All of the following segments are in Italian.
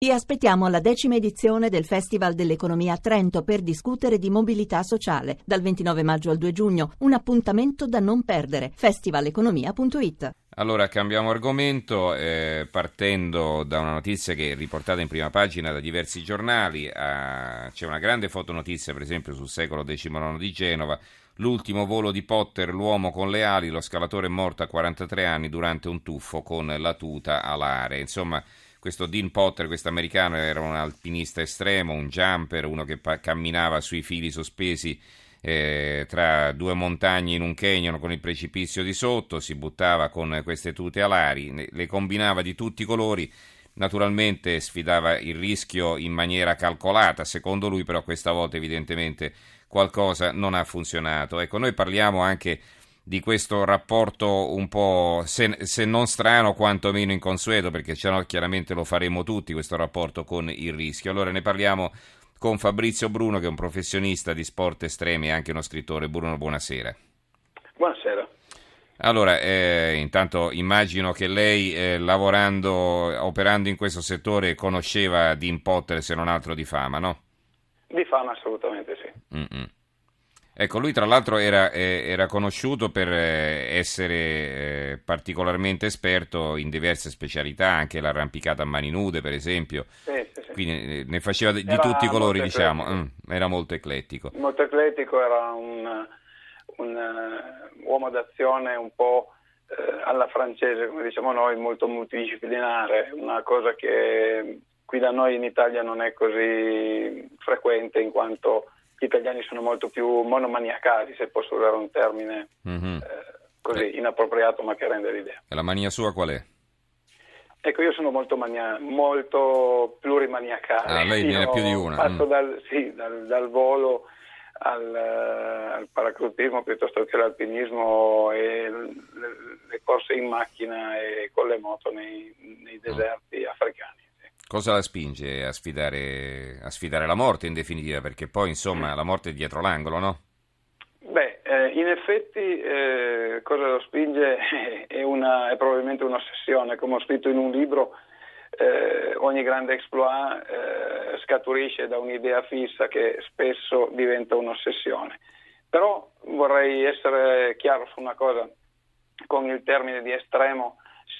Vi aspettiamo alla 10ª edizione del Festival dell'Economia a Trento per discutere di mobilità sociale. Dal 29 maggio al 2 giugno, un appuntamento da non perdere. festivaleconomia.it. Allora cambiamo argomento, partendo da una notizia che è riportata in prima pagina da diversi giornali. C'è una grande fotonotizia, per esempio, sul secolo XIX di Genova. L'ultimo volo di Potter, l'uomo con le ali, lo scalatore è morto a 43 anni durante un tuffo con la tuta alare. Insomma, questo Dean Potter, questo americano, era un alpinista estremo, un jumper, uno che camminava sui fili sospesi tra due montagne in un canyon con il precipizio di sotto, si buttava con queste tute alari, le combinava di tutti i colori. Naturalmente sfidava il rischio in maniera calcolata, secondo lui, però questa volta evidentemente qualcosa non ha funzionato. Ecco, noi parliamo anche di questo rapporto un po', se non strano, quantomeno inconsueto, perché chiaramente lo faremo tutti, questo rapporto con il rischio. Allora ne parliamo con Fabrizio Bruno, che è un professionista di sport estremi e anche uno scrittore. Bruno, buonasera. Buonasera. Allora, intanto immagino che lei, operando in questo settore, conosceva Dean Potter, se non altro di fama, no? Di fama assolutamente sì. Mm-mm. Ecco, lui tra l'altro era conosciuto per essere particolarmente esperto in diverse specialità, anche l'arrampicata a mani nude, per esempio. Sì. Quindi ne faceva di tutti i colori, diciamo. Era molto eclettico. Molto eclettico, era un uomo d'azione un po' alla francese, come diciamo noi, molto multidisciplinare, una cosa che qui da noi in Italia non è così frequente, in quanto gli italiani sono molto più monomaniacali, se posso usare un termine così inappropriato ma che rende l'idea. E la mania sua qual è? Ecco, io sono molto plurimaniacale. Lei ne ha più di una. Passo dal volo al paracadutismo piuttosto che all'alpinismo e le corse in macchina e con le moto nei deserti africani. Cosa la spinge a sfidare la morte, in definitiva? Perché poi, insomma, la morte è dietro l'angolo, no? Beh, in effetti cosa lo spinge è probabilmente un'ossessione. Come ho scritto in un libro, ogni grande exploit scaturisce da un'idea fissa che spesso diventa un'ossessione. Però vorrei essere chiaro su una cosa: con il termine di estremo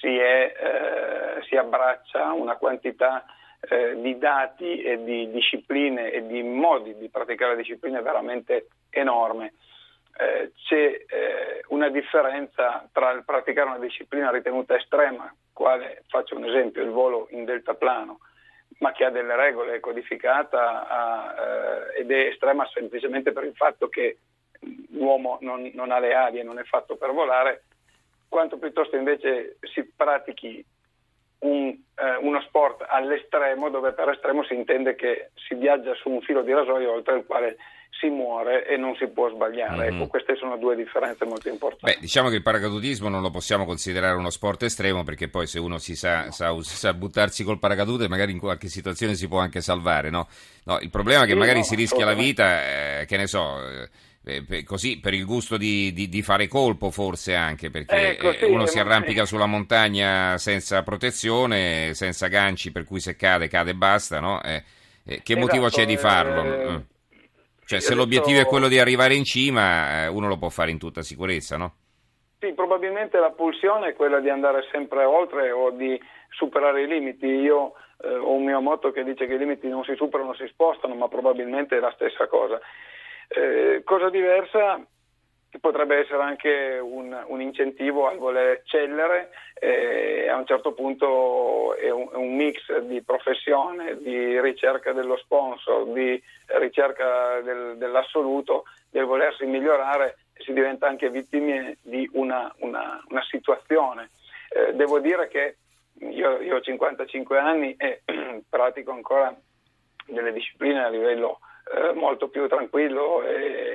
si abbraccia una quantità di dati e di discipline e di modi di praticare discipline veramente enorme. C'è una differenza tra il praticare una disciplina ritenuta estrema, quale, faccio un esempio, il volo in deltaplano, ma che ha delle regole, è codificata ed è estrema semplicemente per il fatto che l'uomo non ha le ali e non è fatto per volare, quanto piuttosto invece si pratichi uno sport all'estremo, dove per estremo si intende che si viaggia su un filo di rasoio oltre il quale si muore e non si può sbagliare. Ecco, queste sono due differenze molto importanti. Beh, diciamo che il paracadutismo non lo possiamo considerare uno sport estremo, perché poi se uno sa buttarsi col paracadute, magari in qualche situazione si può anche salvare, no? No, il problema è che magari si rischia la vita, che ne so, così per il gusto di fare colpo, forse anche, perché uno si arrampica sulla montagna senza protezione, senza ganci, per cui se cade e basta, no? Che motivo c'è di farlo? Cioè, se l'obiettivo è quello di arrivare in cima, uno lo può fare in tutta sicurezza, no? Sì, probabilmente la pulsione è quella di andare sempre oltre o di superare i limiti. Io ho un mio motto che dice che i limiti non si superano, si spostano, ma probabilmente è la stessa cosa. Cosa diversa potrebbe essere anche un incentivo al voler eccellere, a un certo punto è un mix di professione, di ricerca dello sponsor, di ricerca dell'assoluto, del volersi migliorare, e si diventa anche vittime di una situazione. Devo dire che io ho 55 anni e pratico ancora delle discipline a livello molto più tranquillo,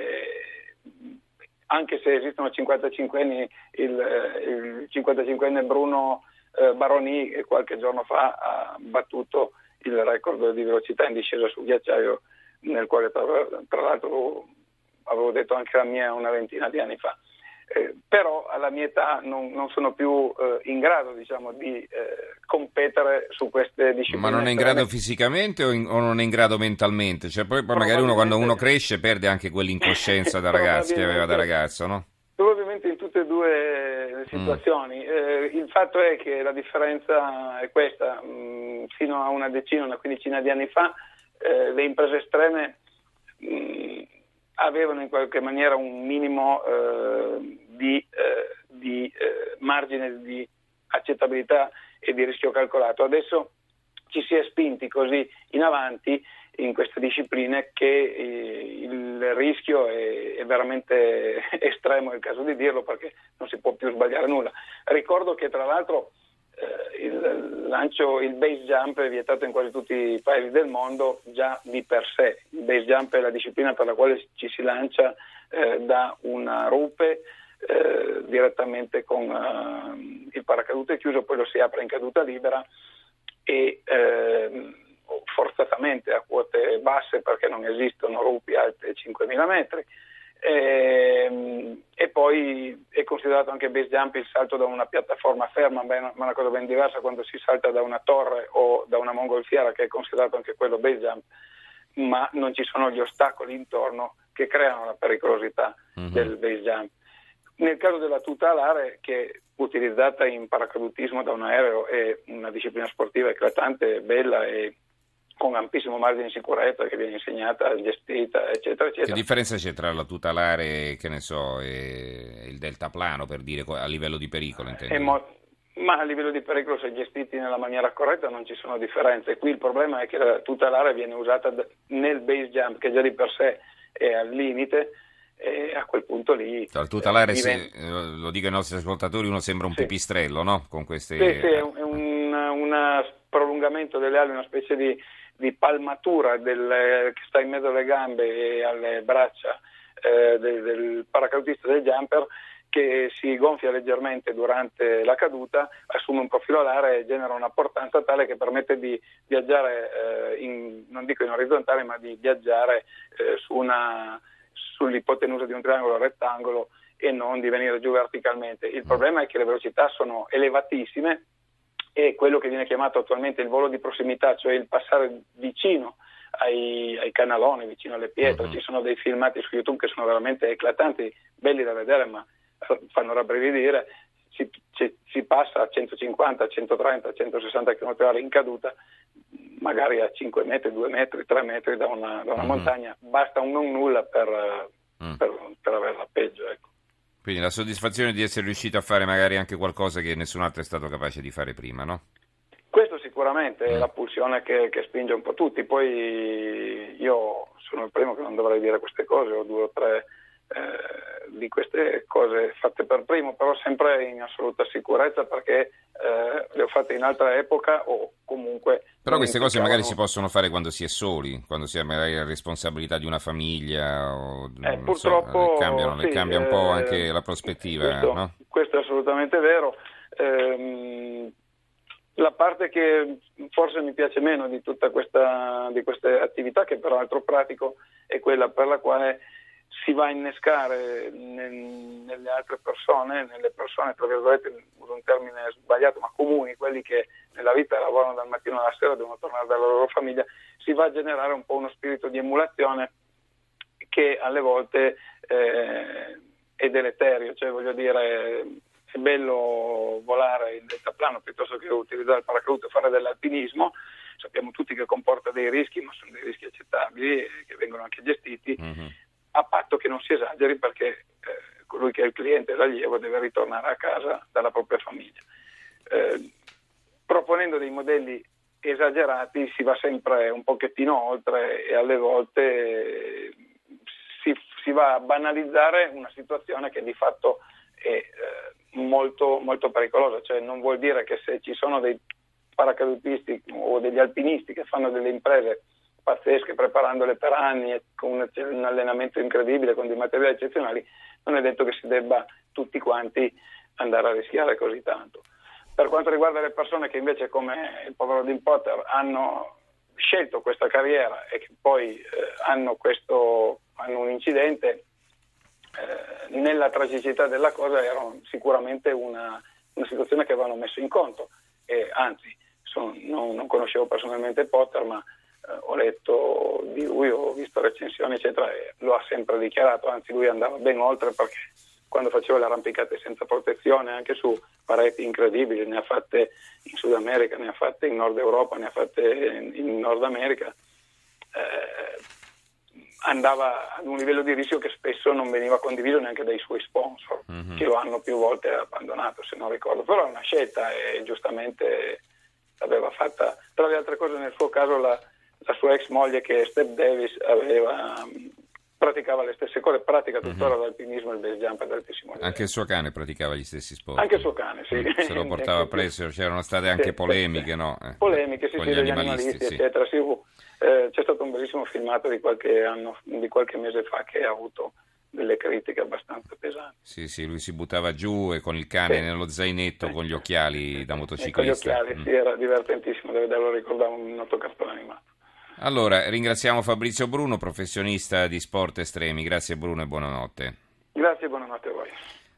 anche se esistono 55 anni, il 55enne Bruno Baroni, che qualche giorno fa ha battuto il record di velocità in discesa sul ghiacciaio, nel quale tra l'altro avevo detto anche la mia una ventina di anni fa. però alla mia età non sono più in grado, diciamo, di competere su queste discipline. Ma non è in grado fisicamente o non è in grado mentalmente? Cioè, poi magari quando uno cresce perde anche quell'incoscienza da ragazzo che aveva da ragazzo, no? Probabilmente in tutte e due le situazioni. Il fatto è che la differenza è questa: fino a una quindicina di anni fa le imprese estreme avevano in qualche maniera un minimo di margine di accettabilità e di rischio calcolato. Adesso ci si è spinti così in avanti in queste discipline che il rischio è veramente estremo, è il caso di dirlo, perché non si può più sbagliare nulla. Ricordo che tra l'altro il base jump è vietato in quasi tutti i paesi del mondo già di per sé. Il base jump è la disciplina per la quale ci si lancia da una rupe direttamente con il paracadute chiuso, poi lo si apre in caduta libera e forzatamente a quote basse, perché non esistono rupi alte 5.000 metri. E poi è considerato anche base jump il salto da una piattaforma ferma, ma è una cosa ben diversa quando si salta da una torre o da una mongolfiera, che è considerato anche quello base jump, ma non ci sono gli ostacoli intorno che creano la pericolosità del base jump. Nel caso della tuta alare, che utilizzata in paracadutismo da un aereo, è una disciplina sportiva eclatante, bella e con ampissimo margine di sicurezza, che viene insegnata, gestita, eccetera, eccetera. Che differenza c'è tra la tuta alare, che ne so, e il deltaplano, per dire, a livello di pericolo, intendo? Ma a livello di pericolo, se gestiti nella maniera corretta, non ci sono differenze. Qui il problema è che la tuta alare viene usata nel base jump, che già di per sé è al limite, e a quel punto lì il tuta alare, lo dico ai nostri ascoltatori, uno sembra un pipistrello, no? Con queste... Sì, è un prolungamento delle ali, una specie di palmatura che sta in mezzo alle gambe e alle braccia del paracadutista, del jumper, che si gonfia leggermente durante la caduta, assume un profilo alare e genera una portanza tale che permette di viaggiare non dico in orizzontale, ma di viaggiare sull'ipotenusa di un triangolo rettangolo e non di venire giù verticalmente. Il problema è che le velocità sono elevatissime e quello che viene chiamato attualmente il volo di prossimità, cioè il passare vicino ai canaloni, vicino alle pietre. Ci sono dei filmati su YouTube che sono veramente eclatanti, belli da vedere, ma fanno rabbrividire. Si passa a 150, 130, 160 km/h in caduta, magari a 5 metri, 2 metri, 3 metri da una montagna. Basta un non nulla per averla peggio, ecco. Quindi la soddisfazione di essere riuscito a fare magari anche qualcosa che nessun altro è stato capace di fare prima, no? Questo sicuramente è la pulsione che spinge un po' tutti. Poi io sono il primo che non dovrei dire queste cose, ho 2 o 3 di queste cose fatte per primo, però sempre in assoluta sicurezza, perché le ho fatte in altra epoca o comunque... Però queste cose magari si possono fare quando si è soli, quando si ha magari la responsabilità di una famiglia, o, purtroppo le cambia un po' anche la prospettiva, no? Questo è assolutamente vero. La parte che forse mi piace meno di tutta di queste attività, che peraltro pratico, è quella per la quale si va a innescare nelle altre persone, nelle persone, tra virgolette, uso un termine sbagliato, ma comuni, quelli che nella vita lavorano dal mattino alla sera, devono tornare dalla loro famiglia, si va a generare un po' uno spirito di emulazione che alle volte è deleterio. Cioè, voglio dire, è bello volare in deltaplano piuttosto che utilizzare il paracadute e fare dell'alpinismo. Sappiamo tutti che comporta dei rischi, ma sono dei rischi accettabili e che vengono anche gestiti, a patto che non si esageri, perché colui che è il cliente l'allievo deve ritornare a casa dalla propria famiglia. Proponendo dei modelli esagerati si va sempre un pochettino oltre e alle volte si va a banalizzare una situazione che di fatto è molto, molto pericolosa. Cioè, non vuol dire che se ci sono dei paracadutisti o degli alpinisti che fanno delle imprese pazzesche, preparandole per anni e con un allenamento incredibile, con dei materiali eccezionali, non è detto che si debba tutti quanti andare a rischiare così tanto. Per quanto riguarda le persone che invece, come il povero Dean Potter, hanno scelto questa carriera e che poi hanno un incidente, nella tragicità della cosa era sicuramente una situazione che avevano messo in conto, e anzi non conoscevo personalmente Potter, ma ho letto di lui, ho visto recensioni eccetera, e lo ha sempre dichiarato, anzi lui andava ben oltre, perché quando faceva le arrampicate senza protezione anche su pareti incredibili, ne ha fatte in Sud America, ne ha fatte in Nord Europa, ne ha fatte in Nord America, andava ad un livello di rischio che spesso non veniva condiviso neanche dai suoi sponsor, che lo hanno più volte abbandonato, se non ricordo, però è una scelta e giustamente l'aveva fatta. Tra le altre cose, nel suo caso la sua ex moglie, che è Steph Davis, praticava le stesse cose, pratica tuttora l'alpinismo e il base jump ad altissimo livello. Anche il suo cane praticava gli stessi sport. Anche il suo cane, sì. Se lo portava preso, c'erano state anche polemiche, no? Polemiche, con sì, gli degli animalisti, animalisti, eccetera. Sì, c'è stato un bellissimo filmato di qualche mese fa che ha avuto delle critiche abbastanza pesanti. Sì, lui si buttava giù e con il cane nello zainetto con gli occhiali da motociclista. Con gli occhiali, sì, era divertentissimo da vederlo, ricordavo un noto cartone animato. Allora, ringraziamo Fabrizio Bruno, professionista di sport estremi. Grazie Bruno e buonanotte. Grazie e buonanotte a voi.